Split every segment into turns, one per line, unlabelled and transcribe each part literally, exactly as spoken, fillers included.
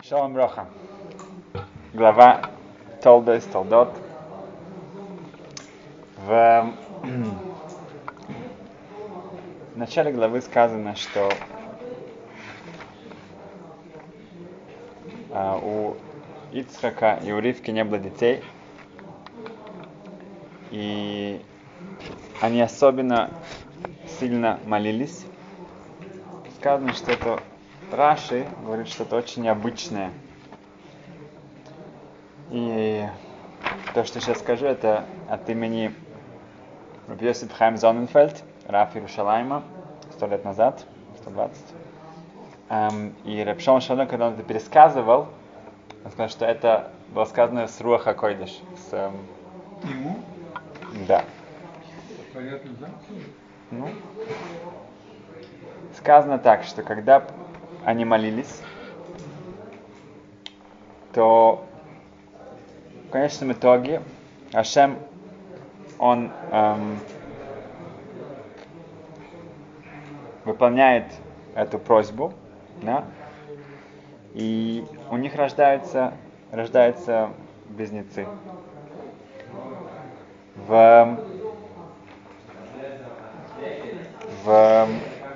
Шалом Броха. Глава Толдос, Толдот. В... в начале главы сказано, что а, у Ицхака и у Ривки не было детей, и они особенно сильно молились. Сказано, что это Раши говорит, что это очень необычное. И то, что сейчас скажу, это от имени Рав Йосеф Хаим Зонненфельд, Рав Иерушалайма, сто лет назад, сто двадцать. Эм, и Рав Шимон Шалом, когда он это пересказывал, он сказал, что это было сказано с Руах ха-Койдеш. С, эм...
Ему?
Да.
Понятно, да?
Ну, сказано так, что когда они молились, то в конечном итоге Ашем, он эм, выполняет эту просьбу, да, и у них рождаются, рождаются близнецы. В, в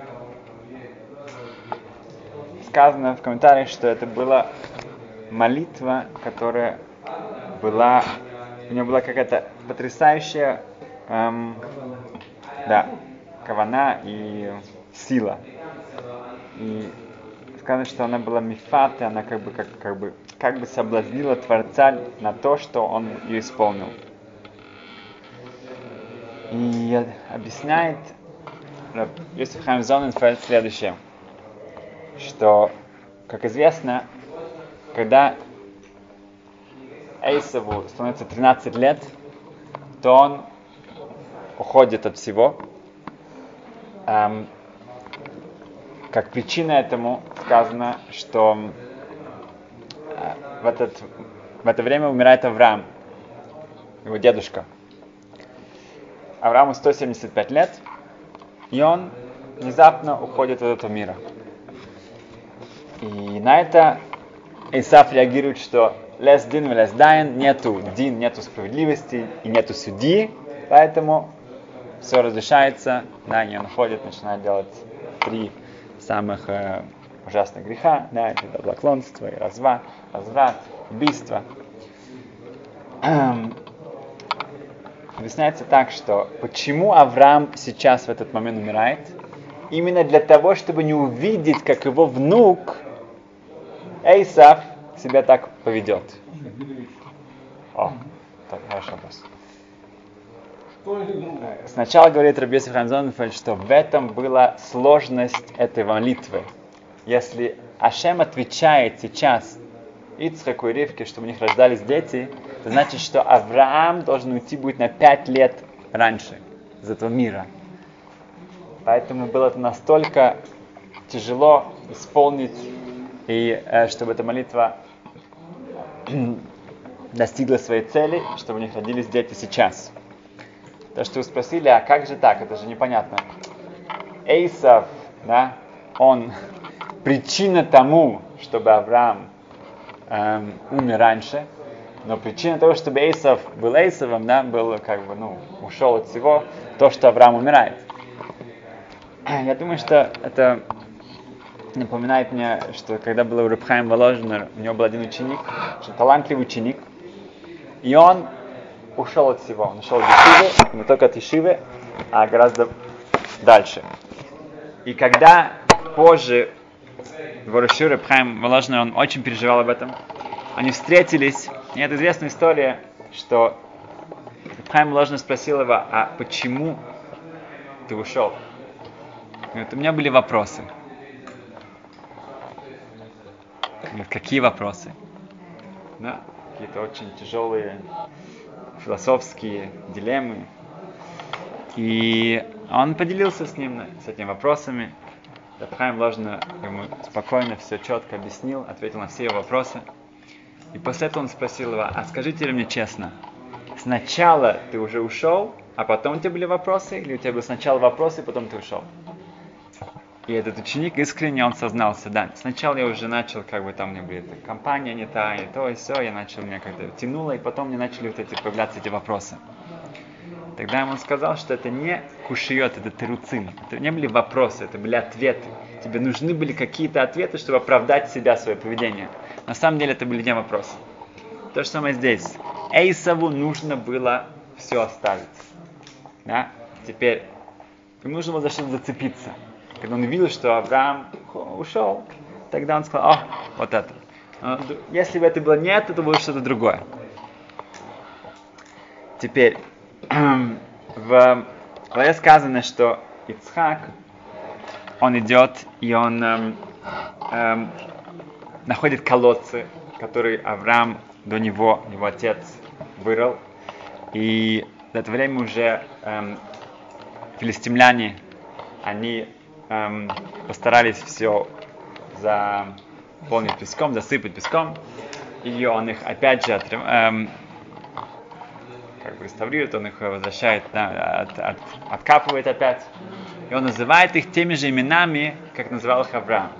сказано в комментариях, что это была молитва, которая была, у нее была какая-то потрясающая, эм, да, кавана и сила. И сказано, что она была мифат, и она как бы, как, как бы, как бы соблазнила Творца на то, что он ее исполнил. И объясняет Рав Йосеф Хаим Зонненфельд следующее, что, как известно, когда Эйсаву становится тринадцать лет, то он уходит от всего. Эм, как причина этому сказано, что э, в, этот, в это время умирает Авраам, его дедушка. Аврааму сто семьдесят пять лет, и он внезапно уходит от этого мира. И на это Исав реагирует, что лес дин, лес дайн, нету дин, нету справедливости и нету судьи, поэтому все разрешается, да, и он ходит, начинает делать три самых э, ужасных греха, да, это идолоклонство, и разва, разврат, убийство. Эм, объясняется так, что почему Авраам сейчас в этот момент умирает? Именно для того, чтобы не увидеть, как его внук Эйсав себя так поведет. О, так, хороший вопрос. Сначала говорит Рав Йосеф Хаим Зонненфельд, что в этом была сложность этой молитвы. Если Ашем отвечает сейчас Ицхаку и Ривке, чтобы у них рождались дети, это значит, что Авраам должен уйти будет на пять лет раньше из этого мира. Поэтому было это настолько тяжело исполнить, и э, чтобы эта молитва достигла своей цели, чтобы у них родились дети сейчас. То, что вы спросили, а как же так? Это же непонятно. Эйсав, да, он причина тому, чтобы Авраам эм, умер раньше, но причина того, чтобы Эйсав был Эйсавом, да, был как бы, ну, ушел от всего, то, что Авраам умирает. Я думаю, что это напоминает мне, что когда был Рав Хаим Воложнер, у него был один ученик, очень талантливый ученик, и он ушел от всего. Он ушел от Ешивы, не только от Ешивы, а гораздо дальше. И когда позже его Рав Хаим Воложнер, он очень переживал об этом, они встретились, и это известная история, что Рав Хаим Воложнер спросил его, а почему ты ушел? Говорит, у меня были вопросы. Говорит, какие вопросы? Да, какие-то очень тяжелые философские дилеммы. И он поделился с ним, с этими вопросами. Рав Хаим Воложнер ему спокойно, все четко объяснил, ответил на все его вопросы. И после этого он спросил его, а скажите мне честно, сначала ты уже ушел, а потом у тебя были вопросы, или у тебя были сначала вопросы, потом ты ушел? И этот ученик искренне, он сознался, да, сначала я уже начал, как бы там у меня были эта компания не та, и то, и все, я начал, меня как-то тянуло, и потом мне начали вот эти появляться эти вопросы. Тогда ему сказал, что это не кушиот, это теруцин, это не были вопросы, это были ответы. Тебе нужны были какие-то ответы, чтобы оправдать себя, свое поведение. На самом деле это были не вопросы. То же самое здесь. Эйсаву нужно было все оставить. Да? Теперь ему нужно было за что-то зацепиться. Когда он увидел, что Авраам ушел, тогда он сказал, о, вот это. Но если бы это было не это, то было что-то другое. Теперь, в главе сказано, что Ицхак, он идет и он эм, эм, находит колодцы, которые Авраам до него, его отец, вырыл. И в это время уже эм, филистимляне, они эм, постарались все заполнить песком, засыпать песком. И он их опять же отрем, эм, как бы реставрирует, он их возвращает, да, от, от, откапывает опять. И он называет их теми же именами, как называл их Авраам.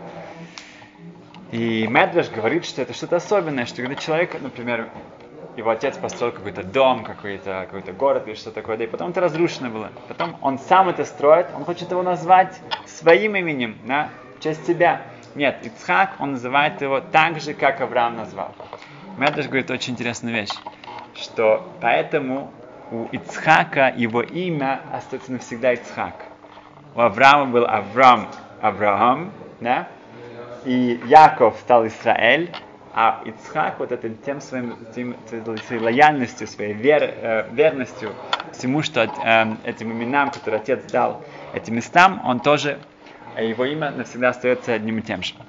И Медраш говорит, что это что-то особенное, что когда человек, например, его отец построил какой-то дом, какой-то, какой-то город или что такое, да, и потом это разрушено было. Потом он сам это строит, он хочет его назвать своим именем, да, в честь себя. Нет, Ицхак, он называет его так же, как Авраам назвал. Медраш говорит очень интересную вещь, что поэтому у Ицхака его имя остается навсегда Ицхак. У Авраама был Авраам, Авраам, да, и Яков стал Израиль, а Ицхак вот это тем своим, тем, своей лояльностью, своей вер, э, верностью всему, что э, этим именам, которые отец дал этим местам, он тоже, его имя навсегда остается одним и тем же.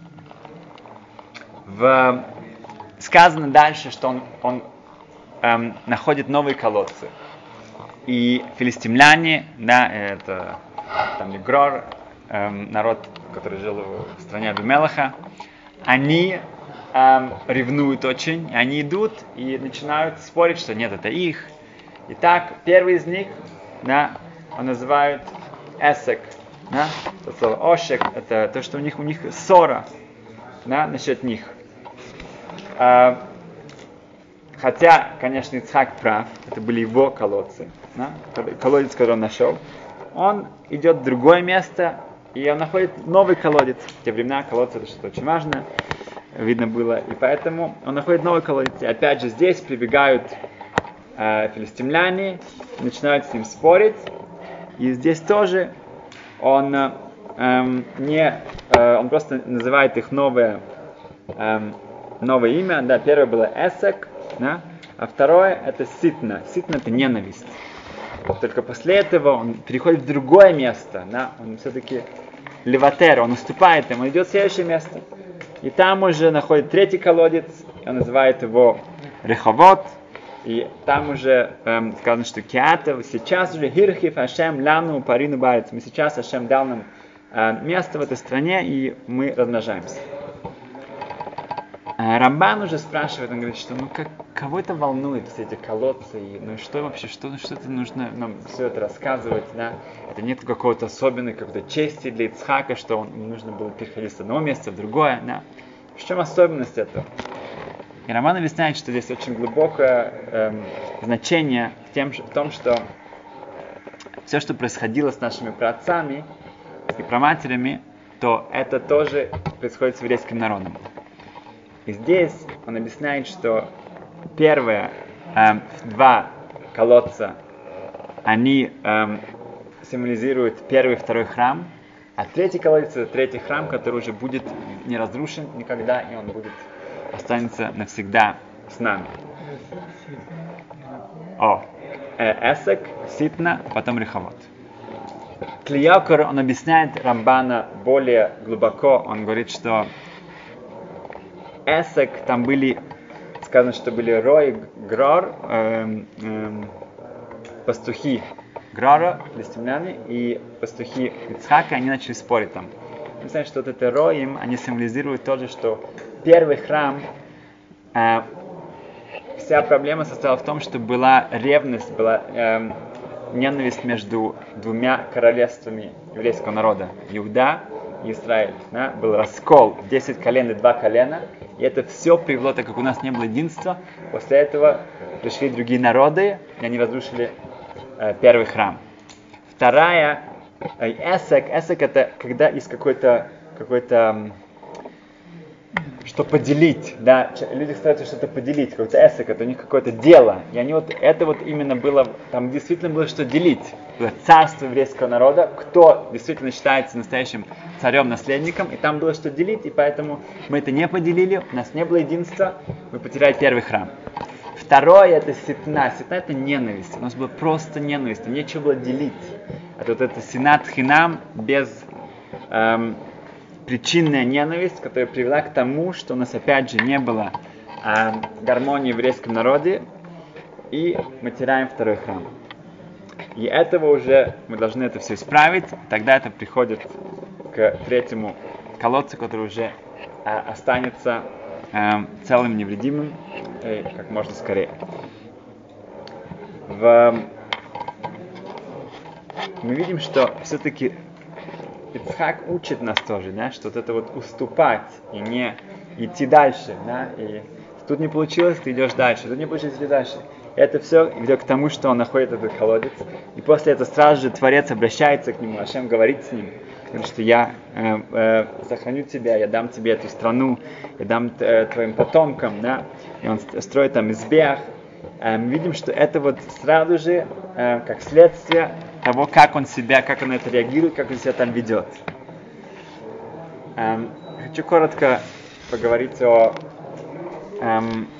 В, сказано дальше, что он, он эм, находит новые колодцы. И филистимляне, да, это там Грор, эм, народ, который жил в стране Абимелеха, они эм, ревнуют очень, и они идут и начинают спорить, что нет, это их. Итак, первый из них, да, он называют эсек, да, это слово ошек, это то, что у них, у них ссора, да, насчет них. Э, хотя, конечно, Ицхак прав, это были его колодцы, да, колодец, который он нашел. Он идет в другое место, и он находит новый колодец. В те времена колодцы это что-то очень важное, видно было, и поэтому он находит новый колодец. И опять же здесь прибегают э, филистимляне, начинают с ним спорить, и здесь тоже он э, э, не, э, он просто называет их новое, э, новое имя. Да, первое было Эсек, да, а второе это Ситна. Ситна это ненависть. Только после этого он переходит в другое место, да, он все-таки леватер, он уступает им, он идет в следующее место. И там уже находит третий колодец, он называет его Реховот, и там уже эм, сказано, что Киатов, сейчас уже Хирхив Ашем Ляну Парину Барец, мы сейчас Ашем дал нам э, место в этой стране, и мы размножаемся. Рамбан уже спрашивает, он говорит, что ну как, кого это волнует, все эти колодцы, и, ну что вообще, что, что это нужно нам все это рассказывать, да? Это нет какого-то особенной какой-то чести для Ицхака, что он, ему нужно было переходить с одного места в другое, да? В чем особенность этого? И Рамбан объясняет, что здесь очень глубокое эм, значение в, тем, в том, что все, что происходило с нашими праотцами и праматерями, то это тоже происходит с еврейским народом. И здесь он объясняет, что первые э, два колодца, они э, символизируют первый и второй храм, а третий колодец — это третий храм, который уже будет не разрушен никогда, и он будет останется навсегда с нами. О, э, Эсек, Ситна, потом Реховот. Клиякор, он объясняет Рамбана более глубоко, он говорит, что Эсек, там были, сказано, что были Рой, Грор, эм, эм, пастухи Грора, филистимляне, и пастухи Ицхака, они начали спорить там. Мы знаем, что вот это Роим, они символизируют тоже, что первый храм, э, вся проблема состояла в том, что была ревность, была э, ненависть между двумя королевствами еврейского народа, Иуда Израиль. Да? Был раскол, десять колен и два колена. И это все привело, так как у нас не было единства. После этого пришли другие народы, и они разрушили э, первый храм. Вторая, э, эсек. Эсек это когда есть какой-то, какой-то что поделить, да, люди стараются что-то поделить, какой-то эсек, это у них какое-то дело, и они вот, это вот именно было, там действительно было что делить, было царство еврейского народа, кто действительно считается настоящим царем-наследником, и там было что делить, и поэтому мы это не поделили, у нас не было единства, мы потеряли первый храм. Второе это ситна, ситна это ненависть, у нас была просто ненависть, нечего было делить, это вот это синат хинам без... Эм, причинная ненависть, которая привела к тому, что у нас опять же не было э, гармонии в еврейском народе, и мы теряем второй храм. И этого уже мы должны это все исправить, тогда это приходит к третьему колодцу, который уже э, останется э, целым, невредимым, и как можно скорее. В... Мы видим, что все-таки Ицхак учит нас тоже, да, что вот это вот уступать и не идти дальше, да, и тут не получилось, ты идешь дальше, тут не получилось, ты идешь дальше. И это все ведет к тому, что он находит этот колодец, и после этого сразу же Творец обращается к нему, Ашем говорит с ним, говорит, что я э, э, сохраню тебя, я дам тебе эту страну, я дам э, твоим потомкам, да, и он строит там мизбех. Э, мы видим, что это вот сразу же, э, как следствие того, как он себя, как он это реагирует, как он себя там ведет. Эм, хочу коротко поговорить о эм,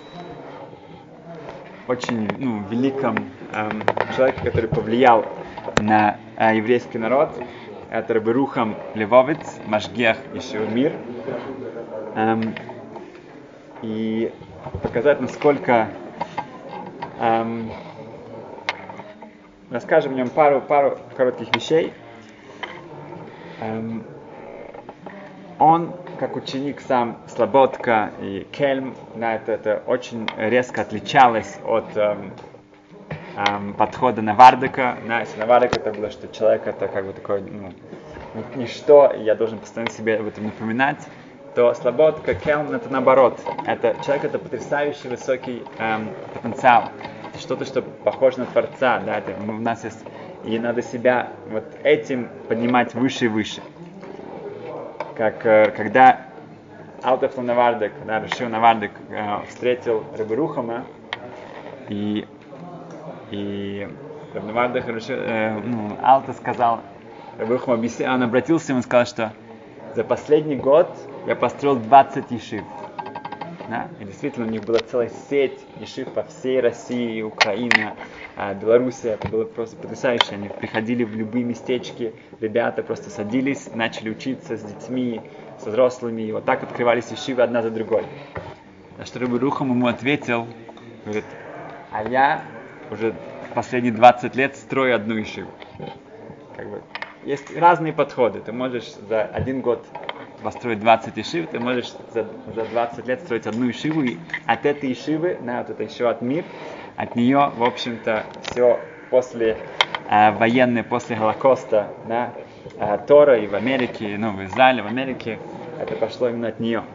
очень ну, великом эм, человеке, который повлиял на э, еврейский народ. Это Рабби Рухам Левовиц, Машгиах Ешивы Мир. Эм, и показать, насколько эм, расскажем о нем пару, пару коротких вещей. Эм, он, как ученик сам Слободка и Кельм, да, это, это очень резко отличалось от эм, эм, подхода Навардека. Да, если Навардек это было, что человек это как бы такое, ну, ничто, и я должен постоянно себе об этом напоминать, то Слободка, Кельм это наоборот. Это человек, это потрясающий высокий эм, потенциал. Что-то, что похоже на Творца, да, это у нас есть, и надо себя вот этим поднимать выше и выше. Как э, когда Алтеф Навардек, да, Рашив Навардек э, встретил Рабби Рухама, и, и Рабби Навардек, э, ну, Алта сказал, Рабби Рухам объяснил, он обратился ему и сказал, что за последний год я построил двадцать ешив. Да? И действительно у них была целая сеть ешив по всей России, Украина, Белоруссия. Это было просто потрясающе. Они приходили в любые местечки, ребята просто садились, начали учиться с детьми, со взрослыми, и вот так открывались ешивы одна за другой. На что Рабби Рухам ему ответил, говорит, а я уже последние двадцать лет строю одну ешиву. Как бы, есть разные подходы. Ты можешь за один год построить двадцать ешив, ты можешь за, за двадцать лет строить одну ешиву, и от этой ешивы, да, вот это Ешиват Мир, от нее, в общем-то, все после э, военной, после Голокоста, да, э, Тора и в Америке, ну, в Израиле, в Америке, это пошло именно от нее.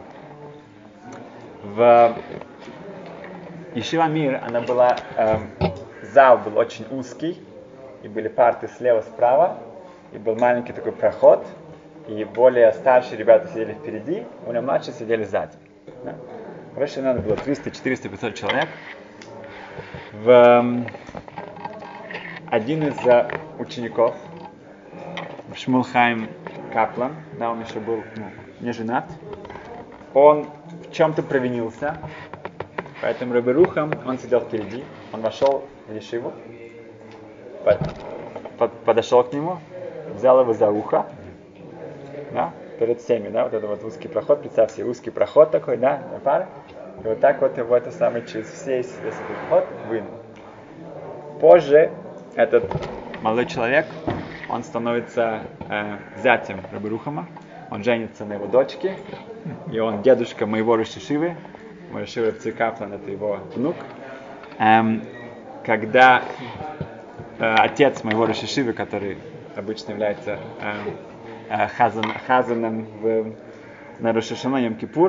В Ешива Мир, она была, э, зал был очень узкий, и были парты слева-справа, и был маленький такой проход, и более старшие ребята сидели впереди, более младшие сидели сзади. Да? Короче, надо было триста, четыреста, пятьсот человек. В, эм, один из uh, учеников, Шмуэл Хаим Каплан, да, он еще был ну, не женат, он в чем-то провинился, поэтому Рабби Рухам, он сидел впереди, он вошел в ешиву, под, под, подошел к нему, взял его за ухо, да, перед всеми, да, вот это вот узкий проход, представь себе, узкий проход такой, да, на пары, и вот так вот его это самое через весь, весь этот проход вынул. Позже этот молодой человек, он становится э, зятем Рабби Рухама, он женится на его дочке, и он дедушка моего Рош Ешивы, мой Рош Ешива Рав Каплан, это его внук. Эм, когда э, отец моего Рош Ешивы, который обычно является э, э, Хазан, Хазаном в, на Рош ха-Шана Йом-Кипур.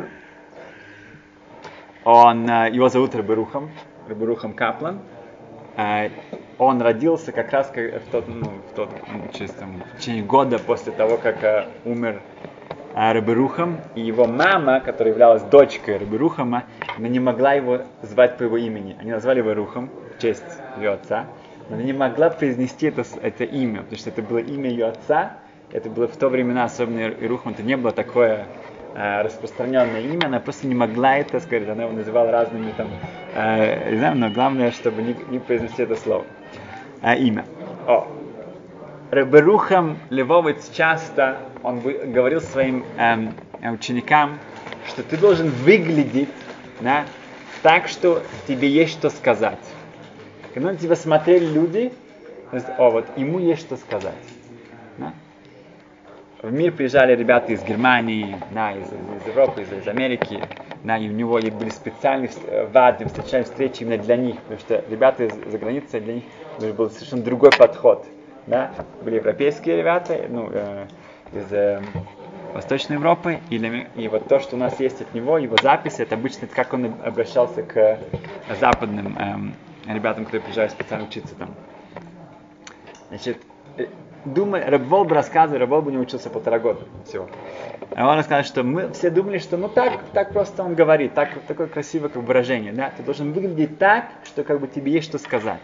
Он, э, его зовут Ребе Рухам, Ребе Рухам Каплан. Э, он родился как раз как, в, тот, ну, в, тот, через, там, в течение года после того, как э, умер э, Ребе Рухам. И его мама, которая являлась дочкой Ребе Рухама, она не могла его звать по его имени. Они назвали его Рухам в честь ее отца. Но она не могла произнести это, это имя, потому что это было имя ее отца. Это было в то времена, особенно Рухам, это не было такое э, распространенное имя. Она просто не могла это сказать. Она его называла разными там, э, не знаю, но главное, чтобы не, не произнести это слово. Э, имя. О. Ребе Рухам Левовец часто он говорил своим эм, ученикам, что ты должен выглядеть, да, так, что тебе есть что сказать. Когда на тебя смотрели люди, о, вот ему есть что сказать. Да? В мир приезжали ребята из Германии, да, из, из Европы, из, из Америки, да, и у него были специальные вады, встречали встречи именно для них, потому что ребята из-за границы, для них был совершенно другой подход. Да? Были европейские ребята, ну, э, из э, Восточной Европы, и, для, и вот то, что у нас есть от него, его записи, это обычно это как он обращался к западным э, ребятам, которые приезжают специально учиться там. Значит, думаю, Реб Волб рассказывает, Реб Волб не учился полтора года всего. Он рассказывает, что мы все думали, что ну так, так просто он говорит, так, такое красивое как выражение, да? Ты должен выглядеть так, что как бы тебе есть что сказать.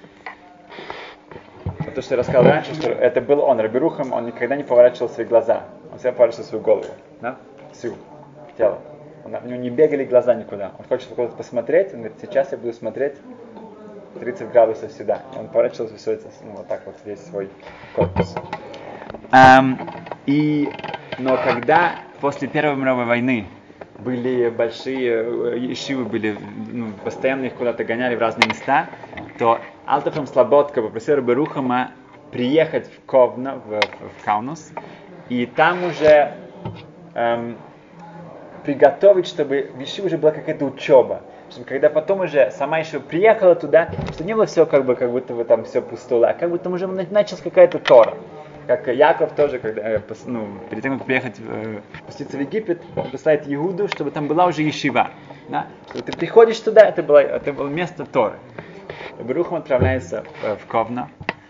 То, что я рассказал раньше, что это был он, Ребе Рухам, он никогда не поворачивал свои глаза, он всегда поворачивал свою голову, да? Всю тело. Он, у него не бегали глаза никуда. Он хочет куда-то посмотреть, он говорит, сейчас я буду смотреть тридцать градусов сюда. Он поворачивал все это, ну, вот так вот, весь свой корпус. Um, и, но когда после Первой мировой войны были большие ешивы, были, ну, постоянно их куда-то гоняли в разные места, то Алтафрам Слободка попросил Ребе Рухама приехать в Ковно, в, в Каунас, и там уже эм, приготовить, чтобы в ешиве уже была какая-то учеба. Чтобы когда потом уже сама еще приехала туда, что не было все как бы, как будто бы там все пустое, а как будто там уже началась какая-то Тора. Как Яков тоже, когда, ну, перед тем, как приехать, э, спуститься в Египет, он посылает Иуду, чтобы там была уже ешива. Да? Чтобы ты приходишь туда, это было, это было место Торы. Ребе Рухам отправляется э, в Ковно,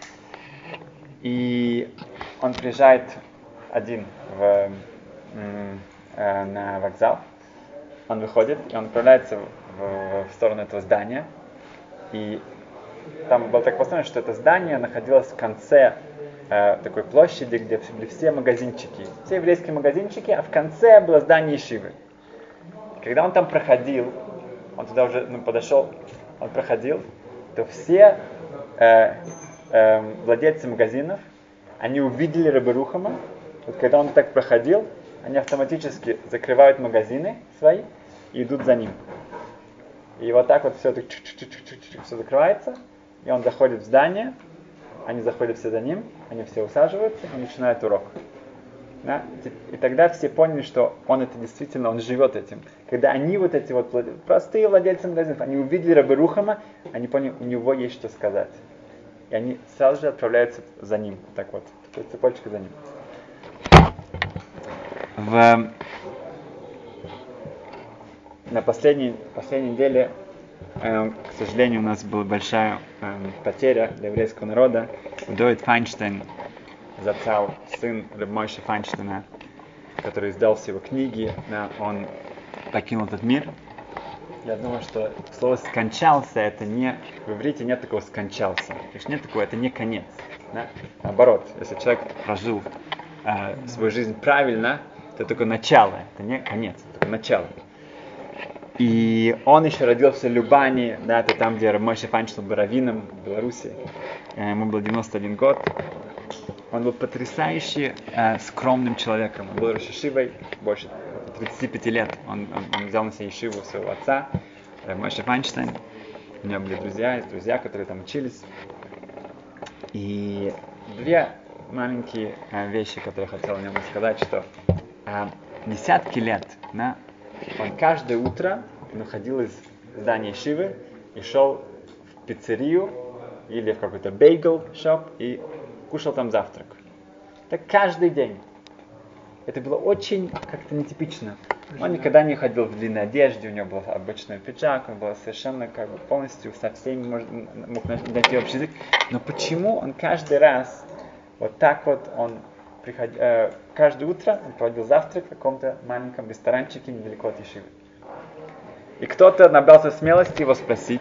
и он приезжает один в, э, на вокзал. Он выходит, и он отправляется в, в сторону этого здания. И там было так построено, что это здание находилось в конце э, такой площади, где были все магазинчики, все еврейские магазинчики, а в конце было здание ешивы. Когда он там проходил, он туда уже ну, подошел, он проходил, то все э, э, владельцы магазинов, они увидели Ребе Рухама. Вот когда он так проходил, они автоматически закрывают магазины свои и идут за ним. И вот так вот все, так, все закрывается, и он заходит в здание, они заходят все за ним, они все усаживаются и начинают урок. Да? И тогда все поняли, что он это действительно, он живет этим. Когда они вот эти вот простые владельцы магазинов, они увидели Ребе Рухама, они поняли, у него есть что сказать. И они сразу же отправляются за ним, так вот, такой цепочкой за ним. В... На последней, последней неделе, э, к сожалению, у нас была большая э, потеря для еврейского народа. Доид Файнштейн, зацал, сын Реб Мойше Файнштейна, который издал все его книги, да, он покинул этот мир. Я думаю, что слово «скончался» это не... В иврите нет такого «скончался». То есть нет такого, это не конец. Да? Наоборот, если человек прожил э, свою жизнь правильно, это только начало, это не конец, это только начало. И он еще родился в Любани, да, это там, где Реб Мойше Файнштейн был раввином в Беларуси. Ему было девяносто один год. Он был потрясающе э, скромным человеком. Он был рош ешивой больше тридцати пяти лет. Он, он, он взял на себя ешиву своего отца, Реб Мойше Файнштейн. У него были друзья, друзья, которые там учились. И две маленькие э, вещи, которые я хотел о нем сказать, что э, десятки лет, да, он каждое утро выходил из здания ешивы и шел в пиццерию или в какой-то бейгл-шоп и кушал там завтрак. Это каждый день. Это было очень как-то нетипично. Он никогда не ходил в длинной одежде, у него был обычный пиджак, он был совершенно как бы полностью со всеми может, мог найти общий язык. Но почему он каждый раз вот так вот он приходил, э, каждое утро он проводил завтрак в каком-то маленьком ресторанчике недалеко от Ешивы. И кто-то набрался смелости его спросить.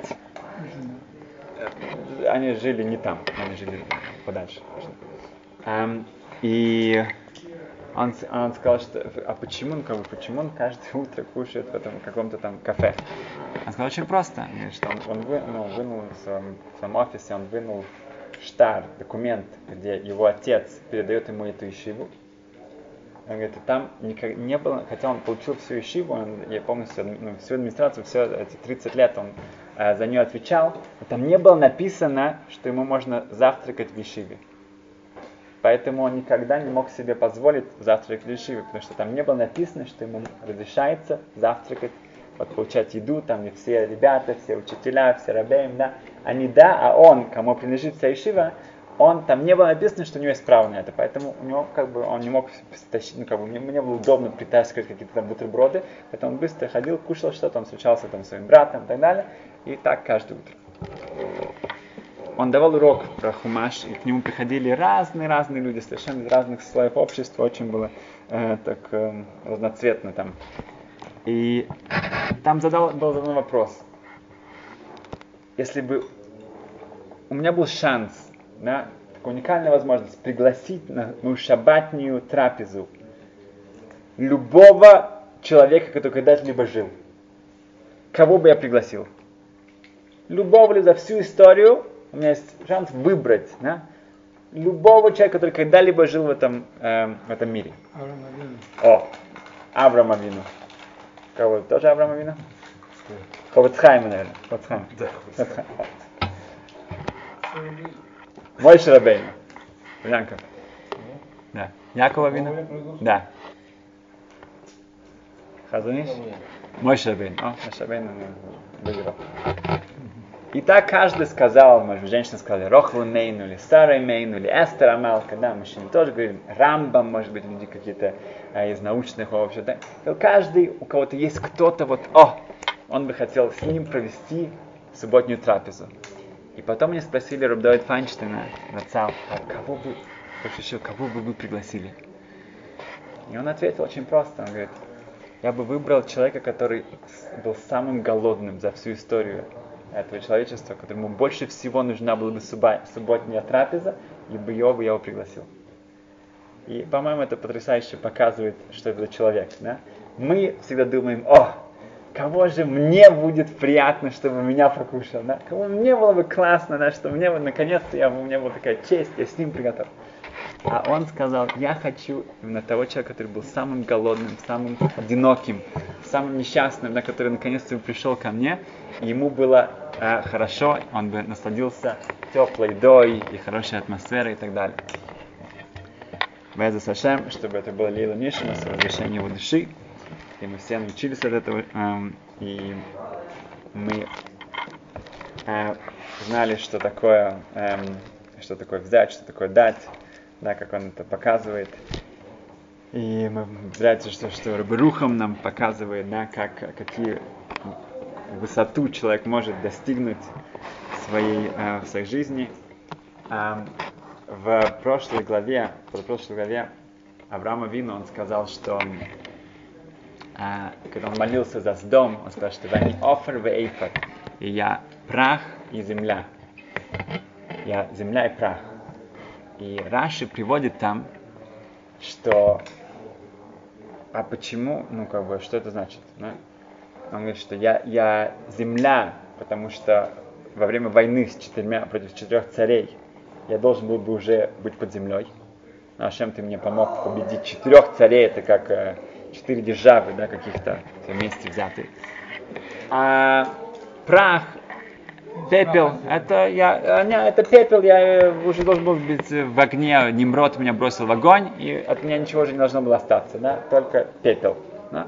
Они жили не там, они жили подальше. Um, и он, он сказал, что а почему он, как бы, почему он каждое утро кушает в этом каком-то там кафе? Он сказал очень просто, что он, он вы, ну, вынул в своем, в своем офисе, он вынул штар, документ, где его отец передает ему эту ешиву. Он говорит, там никак не было, хотя он получил всю ешиву, он, я полностью, ну, всю администрацию, все эти тридцать лет он э, за нее отвечал, но там не было написано, что ему можно завтракать в ешиве. Поэтому он никогда не мог себе позволить завтракать в ешиве, потому что там не было написано, что ему разрешается завтракать, вот, получать еду, там и все ребята, все учителя, все рабеим, да, они да, а он, кому принадлежит вся ешива, он, там не было написано, что у него есть право на это, поэтому у него, как бы, он не мог тащить, ну, как бы, мне, мне было удобно притаскивать какие-то там бутерброды, поэтому он быстро ходил, кушал что-то, он встречался там с своим братом и так далее, и так каждое утро. Он давал урок про хумаш, и к нему приходили разные-разные люди, совершенно из разных слоев общества, очень было э, так э, разноцветно там. И там задал, был задан вопрос, если бы у меня был шанс, да, такая уникальная возможность пригласить на мою шаббатную трапезу любого человека, который когда-либо жил, кого бы я пригласил? Любого ли за всю историю у меня есть шанс выбрать, да, любого человека, который когда-либо жил в этом, э, в этом мире.
Авраам Авину.
О, Авраам Авину. Кого? Тоже Авраам Авину? Ховец Хаим, наверное. Ховец Хаим.
Да,
Мойше Рабейну. Яков. Да. Яков Авину? Да. Хазуниш? Мойше Рабейну. О, Мойше Рабейну выиграл. И так каждый сказал, может, женщина сказала Рохлу Мейну, или Сара Мейну, или Эстер Амалка, да, мужчины тоже говорили, Рамбам, может быть, люди какие-то а, из научных вообще, да. И каждый, у кого-то есть кто-то, вот, о, он бы хотел с ним провести субботнюю трапезу. И потом мне спросили Рав Давид Файнштейна, Рацал, а кого бы, еще, кого бы вы пригласили? И он ответил очень просто, он говорит, я бы выбрал человека, который был самым голодным за всю историю этого человечества, которому больше всего нужна была бы субботняя трапеза, и бы его, бы я его пригласил. И, по-моему, это потрясающе показывает, что это за человек. Да? Мы всегда думаем, о, кого же мне будет приятно, чтобы меня покушал, да? Кого мне было бы классно, да, что мне бы, наконец-то, я, у меня была такая честь, я с ним приготовил. А он сказал, я хочу именно того человека, который был самым голодным, самым одиноким, самым несчастным, да, который наконец-то пришел ко мне, и ему было э, хорошо, он бы насладился теплой едой и хорошей атмосферой и так далее. Веза Сашем, чтобы это было Лейла Нишма, с разрешением его души, и мы все научились от этого, эм, и мы э, знали, что такое, эм, что такое взять, что такое дать, да, как он это показывает. И мы нравится, что, что Рабби Рухам нам показывает, да, как, какие высоту человек может достигнуть в своей, э, в своей жизни. Э, в прошлой главе, в прошлой главе Авраам Авину, он сказал, что э, когда он молился за Сдом, он сказал, что «Вани офер ве эйфер», и я прах и земля. Я земля и прах. И Раши приводит там, что а почему, ну как бы, что это значит? Да? Он говорит, что я, я земля, потому что во время войны с четырьмя, против четырех царей я должен был бы уже быть под землей. А Ашем, ты мне помог победить четырех царей, это как э, четыре державы, да, каких-то вместе взятые. А прах, пепел, это я, не, это пепел, я уже должен был быть в огне, Нимрод меня бросил в огонь, и от меня ничего же не должно было остаться, да, только пепел. Да?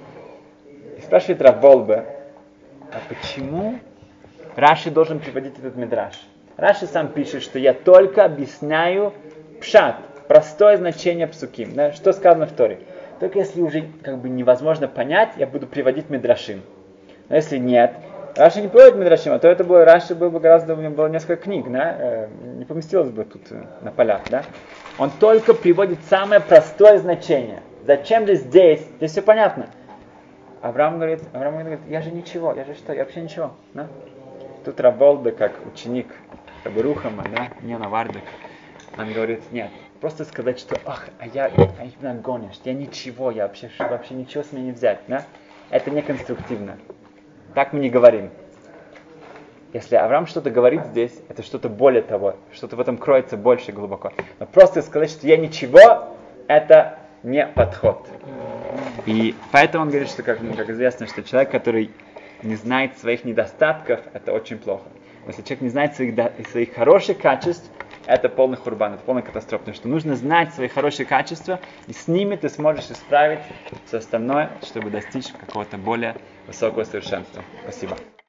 И спрашивает Рав Волбе, а почему Раши должен приводить этот мидраш? Раши сам пишет, что я только объясняю пшат, простое значение псуким. Да? Что сказано в Торе? Только если уже как бы невозможно понять, я буду приводить мидрашим. Но если нет, Раши не приводит мидрашим, а то это было, Раши было бы гораздо, у него было несколько книг, да? э, не поместилось бы тут э, на полях. Да? Он только приводит самое простое значение. Зачем же здесь? Здесь все понятно. Авраам говорит, Авраам говорит, я же ничего, я же что, я вообще ничего. Да? Тут Раболда, как ученик Рабирухама, да, не Навардак, он говорит, нет, просто сказать, что, ах, а я, а их нагонишь, я ничего, я вообще, вообще ничего с меня не взять, да? Это не конструктивно. Так мы не говорим. Если Авраам что-то говорит здесь, это что-то более того, что-то в этом кроется больше глубоко. Но просто сказать, что я ничего, это не подход. И поэтому он говорит, что, как, ну, как известно, что человек, который не знает своих недостатков, это очень плохо. Но если человек не знает своих, своих хороших качеств, это полный хурбан, это полная катастрофа. Потому что нужно знать свои хорошие качества, и с ними ты сможешь исправить все остальное, чтобы достичь какого-то более высокого совершенства. Спасибо.